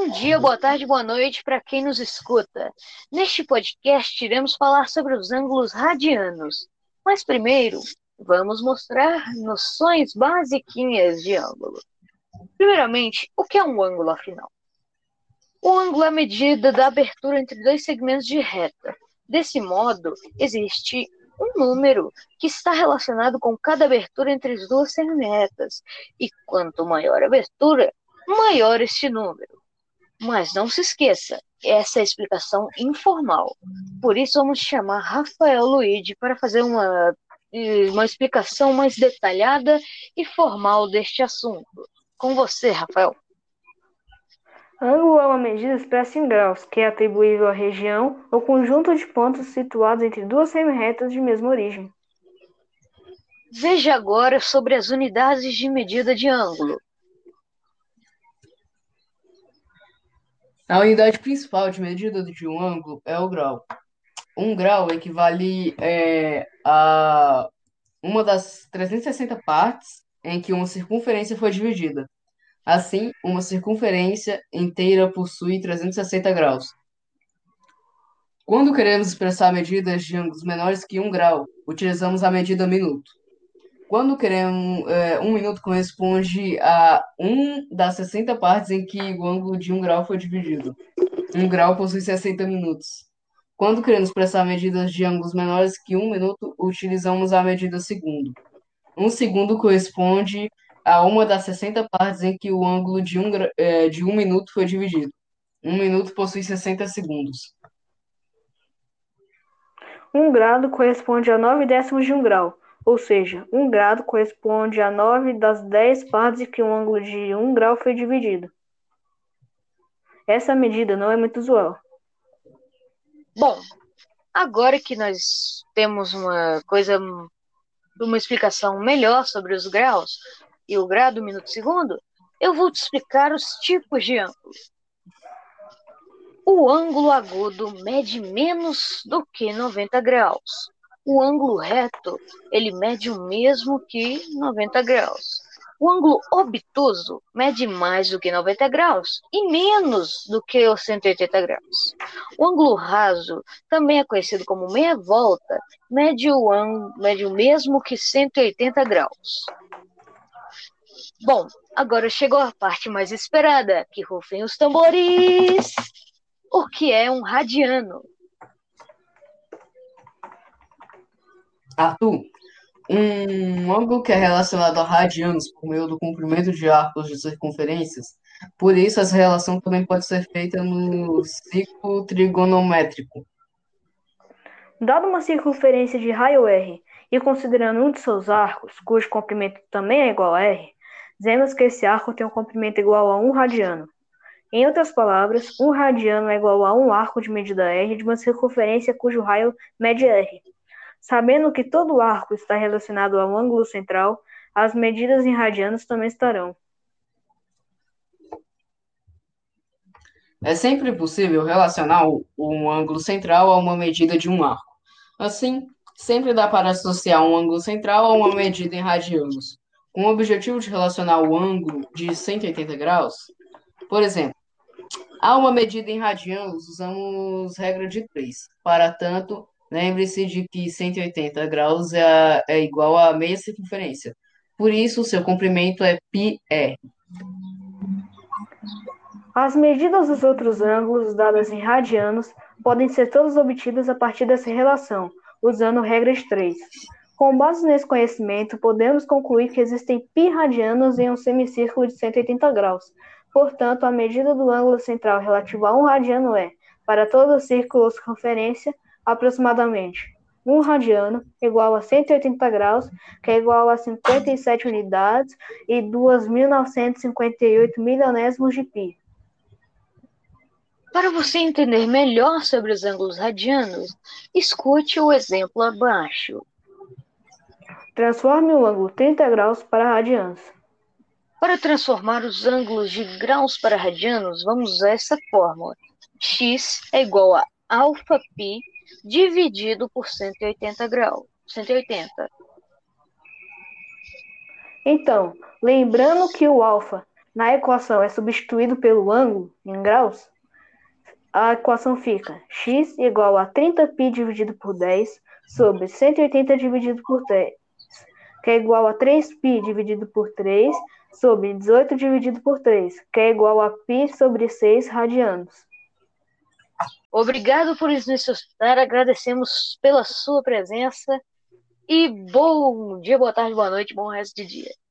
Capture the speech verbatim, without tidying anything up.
Bom dia, boa tarde, boa noite para quem nos escuta. Neste podcast iremos falar sobre os ângulos radianos. Mas primeiro, vamos mostrar noções basiquinhas de ângulo. Primeiramente, o que é um ângulo afinal? O ângulo é a medida da abertura entre dois segmentos de reta. Desse modo, existe um número que está relacionado com cada abertura entre as duas semiretas. E quanto maior a abertura, maior este número. Mas não se esqueça, essa é a explicação informal. Por isso vamos chamar Rafael Luigi para fazer uma, uma explicação mais detalhada e formal deste assunto. Com você, Rafael. Ângulo é uma medida expressa em graus, que é atribuível à região ou conjunto de pontos situados entre duas semi-retas de mesma origem. Veja agora sobre as unidades de medida de ângulo. A unidade principal de medida de um ângulo é o grau. Um grau equivale é, a uma das trezentas e sessenta partes em que uma circunferência foi dividida. Assim, uma circunferência inteira possui trezentos e sessenta graus. Quando queremos expressar medidas de ângulos menores que um grau, utilizamos a medida minuto. Quando queremos, é, um minuto corresponde a um das sessenta partes em que o ângulo de um grau foi dividido. Um grau possui sessenta minutos. Quando queremos expressar medidas de ângulos menores que um minuto, utilizamos a medida segundo. Um segundo corresponde a uma das sessenta partes em que o ângulo de um, gra- é, de um minuto foi dividido. Um minuto possui sessenta segundos. Um grado corresponde a nove décimos de um grau, ou seja, um grado corresponde a nove das dez partes em que um ângulo de um grau foi dividido. Essa medida não é muito usual. Bom, agora que nós temos uma coisa, uma explicação melhor sobre os graus e o grado minuto segundo, eu vou te explicar os tipos de ângulo. O ângulo agudo mede menos do que noventa graus. O ângulo reto, ele mede o mesmo que noventa graus. O ângulo obtuso mede mais do que noventa graus e menos do que os cento e oitenta graus. O ângulo raso, também é conhecido como meia volta, mede o, ângulo, mede o mesmo que cento e oitenta graus. Bom, agora chegou a parte mais esperada, que rufem os tambores. O que é um radiano? Arthur, um ângulo que é relacionado a radianos por meio do comprimento de arcos de circunferências. Por isso, essa relação também pode ser feita no ciclo trigonométrico. Dada uma circunferência de raio R e considerando um de seus arcos, cujo comprimento também é igual a R, dizemos que esse arco tem um comprimento igual a um radiano. Em outras palavras, um radiano é igual a um arco de medida R de uma circunferência cujo raio mede R. Sabendo que todo arco está relacionado ao ângulo central, as medidas em radianos também estarão. É sempre possível relacionar o- um ângulo central a uma medida de um arco. Assim, sempre dá para associar um ângulo central a uma medida em radianos, com o objetivo de relacionar o ângulo de cento e oitenta graus. Por exemplo, há uma medida em radianos, usamos regra de três. Para tanto, lembre-se de que cento e oitenta graus é, a- é igual a meia circunferência. Por isso, seu comprimento é πr. As medidas dos outros ângulos dadas em radianos podem ser todas obtidas a partir dessa relação, usando regra de três. Com base nesse conhecimento, podemos concluir que existem π radianos em um semicírculo de cento e oitenta graus. Portanto, a medida do ângulo central relativo a um radiano é, para todo círculo ou circunferência, aproximadamente um radiano igual a cento e oitenta graus, que é igual a cinquenta e sete unidades e dois mil novecentos e cinquenta e oito milionésimos de π. Para você entender melhor sobre os ângulos radianos, escute o exemplo abaixo. Transforme o ângulo trinta graus para radianos. Para transformar os ângulos de graus para radianos, vamos usar essa fórmula. X é igual a alfa π dividido por cento e oitenta graus. cento e oitenta. Então, lembrando que o alfa na equação é substituído pelo ângulo em graus, a equação fica x igual a trinta π dividido por dez sobre cento e oitenta dividido por dez, que é igual a três π dividido por três sobre dezoito dividido por três, que é igual a π sobre seis radianos. Obrigado por nos escutar, agradecemos pela sua presença e bom dia, boa tarde, boa noite, bom resto de dia.